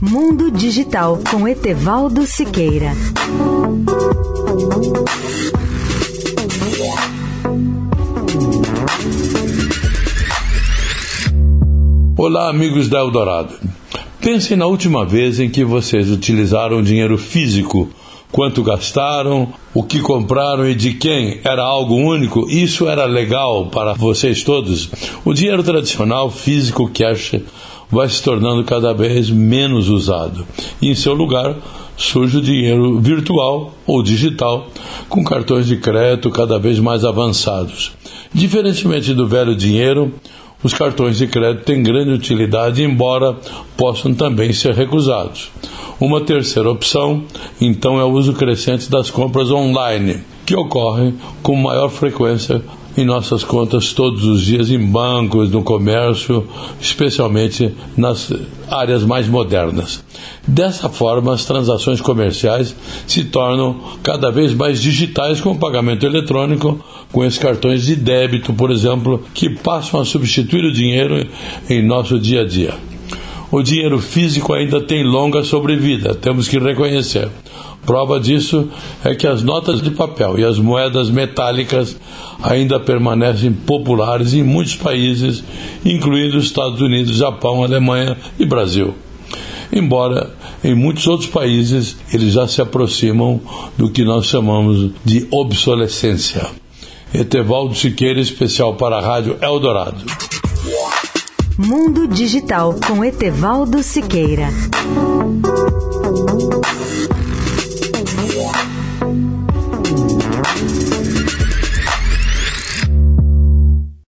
Mundo Digital com Etevaldo Siqueira. Olá, amigos da Eldorado. Pensem na última vez em que vocês utilizaram dinheiro físico. Quanto gastaram, o que compraram e de quem? Era algo único? Isso era legal para vocês todos? O dinheiro tradicional, físico, cash, vai se tornando cada vez menos usado. E em seu lugar surge o dinheiro virtual ou digital, com cartões de crédito cada vez mais avançados. Diferentemente do velho dinheiro, os cartões de crédito têm grande utilidade, embora possam também ser recusados. Uma terceira opção, então, é o uso crescente das compras online, que ocorrem com maior frequência em nossas contas todos os dias, em bancos, no comércio, especialmente nas áreas mais modernas. Dessa forma, as transações comerciais se tornam cada vez mais digitais, com o pagamento eletrônico, com esses cartões de débito, por exemplo, que passam a substituir o dinheiro em nosso dia a dia. O dinheiro físico ainda tem longa sobrevida, temos que reconhecer. Prova disso é que as notas de papel e as moedas metálicas ainda permanecem populares em muitos países, incluindo os Estados Unidos, Japão, Alemanha e Brasil. Embora em muitos outros países eles já se aproximam do que nós chamamos de obsolescência. Etevaldo Siqueira, especial para a Rádio Eldorado. Mundo Digital com Etevaldo Siqueira.